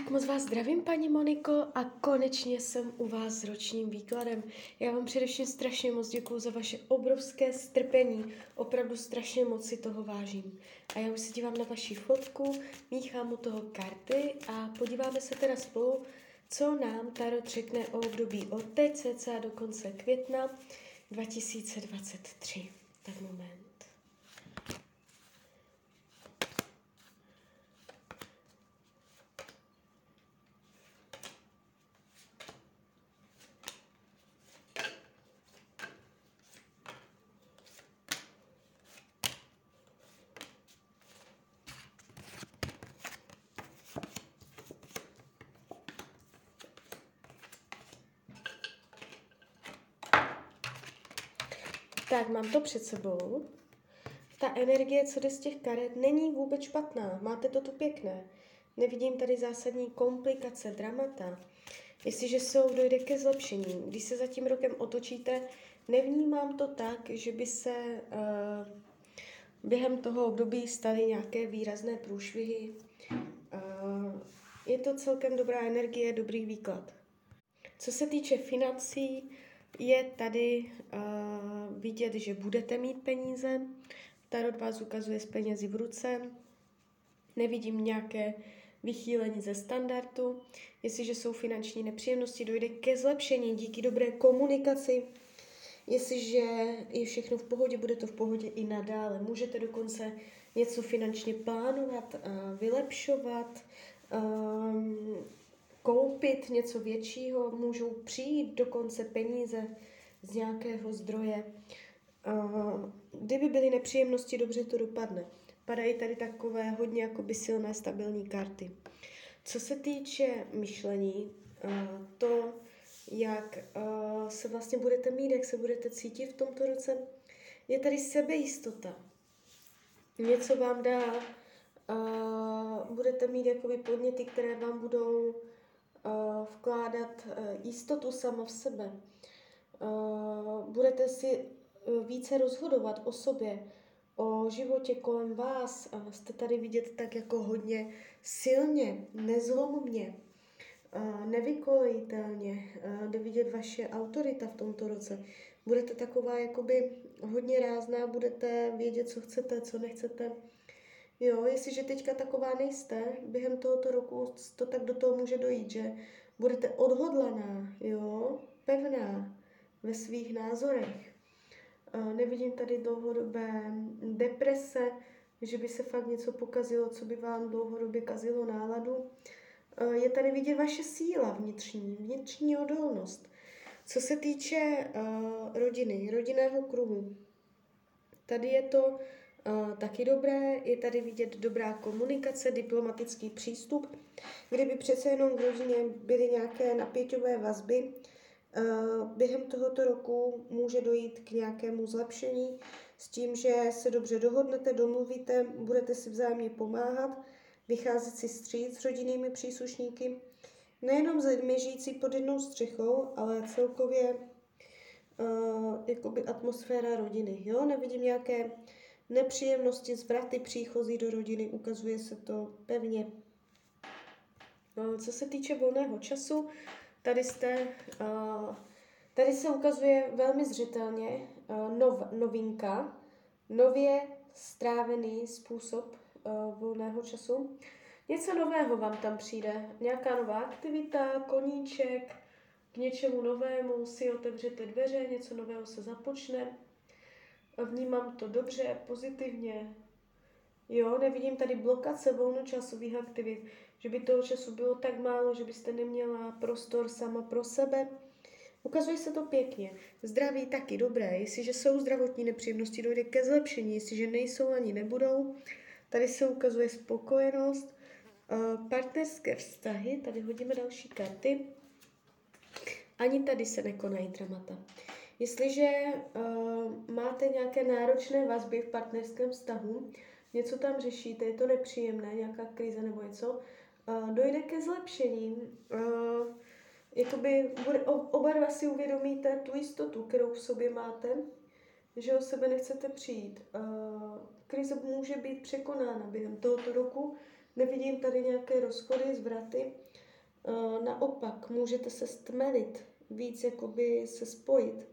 Tak moc vás zdravím, paní Moniko, a konečně jsem u vás s ročním výkladem. Já vám především strašně moc děkuju za vaše obrovské strpení, opravdu strašně moc si toho vážím. A já už se dívám na vaši fotku, míchám u toho karty a podíváme se teda spolu, co nám Tarot řekne o období od teď cca do konce května 2023. Tak moment. Tak, mám to před sebou. Ta energie, co jde z těch karet, není vůbec špatná. Máte to tu pěkné. Nevidím tady zásadní komplikace, dramata. Jestliže dojde ke zlepšení. Když se za tím rokem otočíte, nevnímám to tak, že by se během toho období staly nějaké výrazné průšvihy. Je to celkem dobrá energie, dobrý výklad. Co se týče financí, je tady vidět, že budete mít peníze. Tarot vás ukazuje s penězi v ruce. Nevidím nějaké vychýlení ze standardu. Jestliže jsou finanční nepříjemnosti, dojde ke zlepšení díky dobré komunikaci. Jestliže je všechno v pohodě, bude to v pohodě i nadále. Můžete dokonce něco finančně plánovat, vylepšovat, koupit něco většího, můžou přijít dokonce peníze z nějakého zdroje. Kdyby byly nepříjemnosti, dobře to dopadne. Padají tady takové hodně jakoby silné, stabilní karty. Co se týče myšlení, to, jak se vlastně budete mít, jak se budete cítit v tomto roce, je tady sebejistota. Něco vám dá, budete mít jakoby podněty, které vám budou vkládat jistotu sama v sebe. Budete si více rozhodovat o sobě, o životě kolem vás. Jste tady vidět tak jako hodně silně, nezlomně, nevykolejitelně. Jde vidět vaše autorita v tomto roce. Budete taková jakoby hodně rázná, budete vědět, co chcete, co nechcete. Jo, jestliže teďka taková nejste, během tohoto roku to tak do toho může dojít, že budete odhodlaná, jo, pevná ve svých názorech. Nevidím tady dlouhodobé deprese, že by se fakt něco pokazilo, co by vám dlouhodobě kazilo náladu. Je tady vidět vaše síla vnitřní odolnost. Co se týče rodiny, rodinného kruhu, tady je to taky dobré, je tady vidět dobrá komunikace, diplomatický přístup. Kdyby přece jenom v rodině byly nějaké napěťové vazby, během tohoto roku může dojít k nějakému zlepšení s tím, že se dobře dohodnete, domluvíte, budete si vzájemně pomáhat, vycházet si vstříc s rodinnými příslušníky, nejenom s lidmi žijící pod jednou střechou, ale celkově jakoby atmosféra rodiny. Jo? Nevidím nějaké nepříjemnosti, zvraty příchozí do rodiny, ukazuje se to pevně. Co se týče volného času, tady se ukazuje velmi zřetelně novinka, nově strávený způsob volného času. Něco nového vám tam přijde, nějaká nová aktivita, koníček, k něčemu novému si otevřete dveře, něco nového se započne. Vnímám to dobře, pozitivně. Jo, nevidím tady blokace volnočasových aktivit, že by toho času bylo tak málo, že byste neměla prostor sama pro sebe. Ukazuje se to pěkně. Zdraví taky dobré. Jestliže jsou zdravotní nepříjemnosti, dojde ke zlepšení. Jestliže nejsou ani nebudou, tady se ukazuje spokojenost. Partnerské vztahy, tady hodíme další karty. Ani tady se nekonají dramata. Jestliže máte nějaké náročné vazby v partnerském vztahu, něco tam řešíte, je to nepříjemné, nějaká krize nebo něco, dojde ke zlepšení. Jakoby oba dva si uvědomíte tu jistotu, kterou v sobě máte, že o sebe nechcete přijít. Krize může být překonána během tohoto roku, Nevidím tady nějaké rozchody, zvraty. Naopak, můžete se stmelit, víc jakoby se spojit.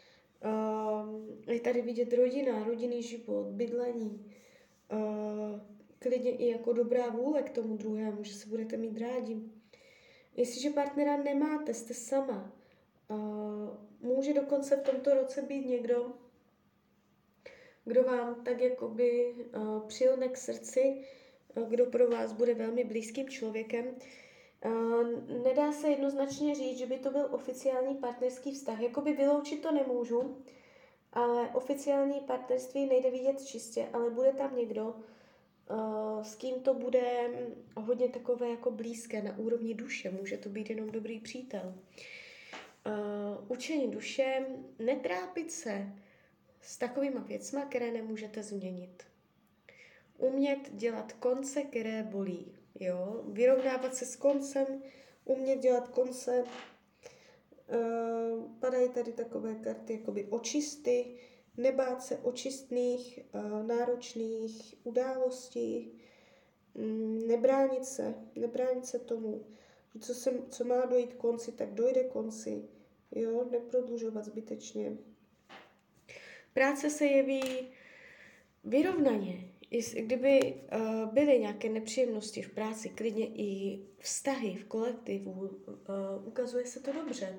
Je tady vidět rodina, rodinný život, bydlení. Klidně i jako dobrá vůle k tomu druhému, že se budete mít rádi. Jestliže partnera nemáte, jste sama. Může dokonce v tomto roce být někdo, kdo vám tak jakoby přilne k srdci, kdo pro vás bude velmi blízkým člověkem. Nedá se jednoznačně říct, že by to byl oficiální partnerský vztah. Jakoby vyloučit to nemůžu, ale oficiální partnerství nejde vidět čistě, ale bude tam někdo, s kým to bude hodně takové jako blízké na úrovni duše. Může to být jenom dobrý přítel. Učení duše, netrápit se s takovýma věcma, které nemůžete změnit. Umět dělat konce, které bolí. Jo? Vyrovnávat se s koncem, umět dělat konce. Padají tady takové karty, jakoby očisty, nebát se očistných, náročných událostí, nebránit se tomu, co má dojít konci, tak dojde konci, jo, neprodlužovat zbytečně. Práce se jeví vyrovnaně. Kdyby byly nějaké nepříjemnosti v práci, klidně i vztahy v kolektivu, ukazuje se to dobře.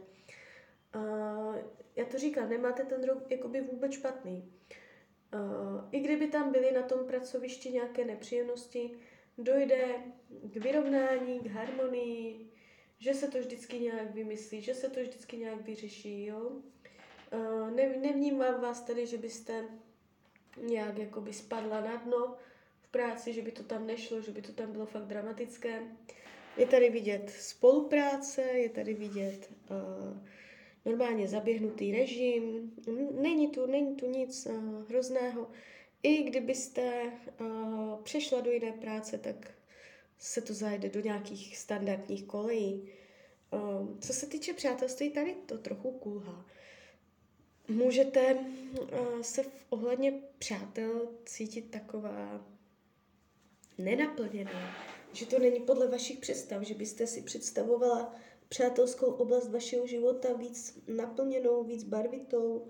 Já to říkám, nemáte ten rok jakoby vůbec špatný. I kdyby tam byly na tom pracovišti nějaké nepříjemnosti, dojde k vyrovnání, k harmonii, že se to vždycky nějak vymyslí, že se to vždycky nějak vyřeší, jo. Nevnímám vás tady, že byste nějak jakoby spadla na dno v práci, že by to tam nešlo, že by to tam bylo fakt dramatické. Je tady vidět spolupráce, je tady vidět normálně zaběhnutý režim, není tu nic hrozného. I kdybyste přešla do jiné práce, tak se to zajde do nějakých standardních kolejí. Co se týče přátelství, tady to trochu kulhá. Můžete se ohledně přátel cítit taková nenaplněná, že to není podle vašich představ, že byste si představovala přátelskou oblast vašeho života víc naplněnou, víc barvitou.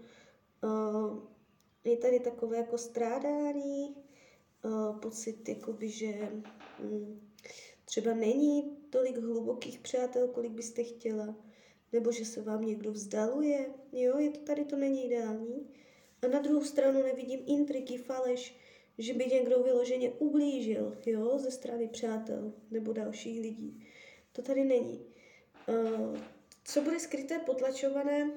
Je tady takové jako strádání, pocit, jakoby, že třeba není tolik hlubokých přátel, kolik byste chtěla, nebo že se vám někdo vzdaluje, jo, tady to není ideální. A na druhou stranu nevidím intriky, faleš, že by někdo vyloženě ublížil, jo, ze strany přátel nebo dalších lidí. To tady není. Co bude skryté, potlačované?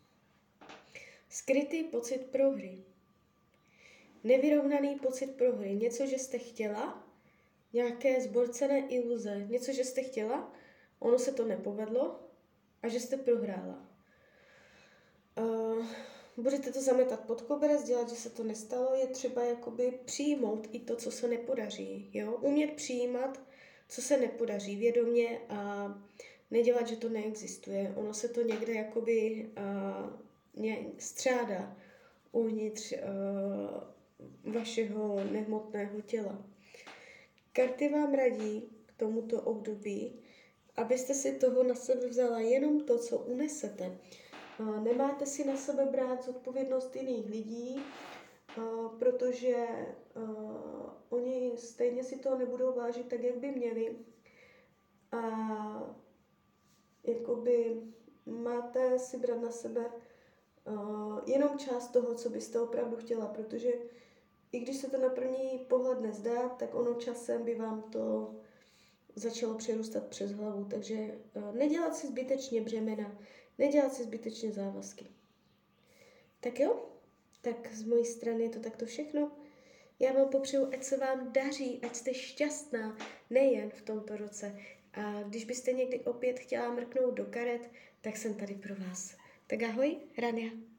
Skrytý pocit prohry. Nevyrovnaný pocit prohry. Něco, že jste chtěla, nějaké zborcené iluze. Něco, že jste chtěla, ono se to nepovedlo a že jste prohrála. Budete to zametat pod koberec, dělat, že se to nestalo, je třeba jakoby přijmout i to, co se nepodaří. Jo? Umět přijímat, co se nepodaří vědomě a nedělat, že to neexistuje. Ono se to někde jakoby střádá uvnitř vašeho nehmotného těla. Karty vám radí k tomuto období, abyste si toho na sebe vzala jenom to, co unesete. Nemáte si na sebe brát zodpovědnost jiných lidí, protože oni stejně si to nebudou vážit tak, jak by měli. A jakoby máte si brát na sebe jenom část toho, co byste opravdu chtěla, protože i když se to na první pohled nezdá, tak ono časem by vám to začalo přerůstat přes hlavu. Takže nedělat si zbytečně břemena, nedělat si zbytečně závazky. Tak jo, tak z mojí strany je to takto všechno. Já vám popřeju, ať se vám daří, ať jste šťastná, nejen v tomto roce. A když byste někdy opět chtěla mrknout do karet, tak jsem tady pro vás. Tak ahoj, Rania.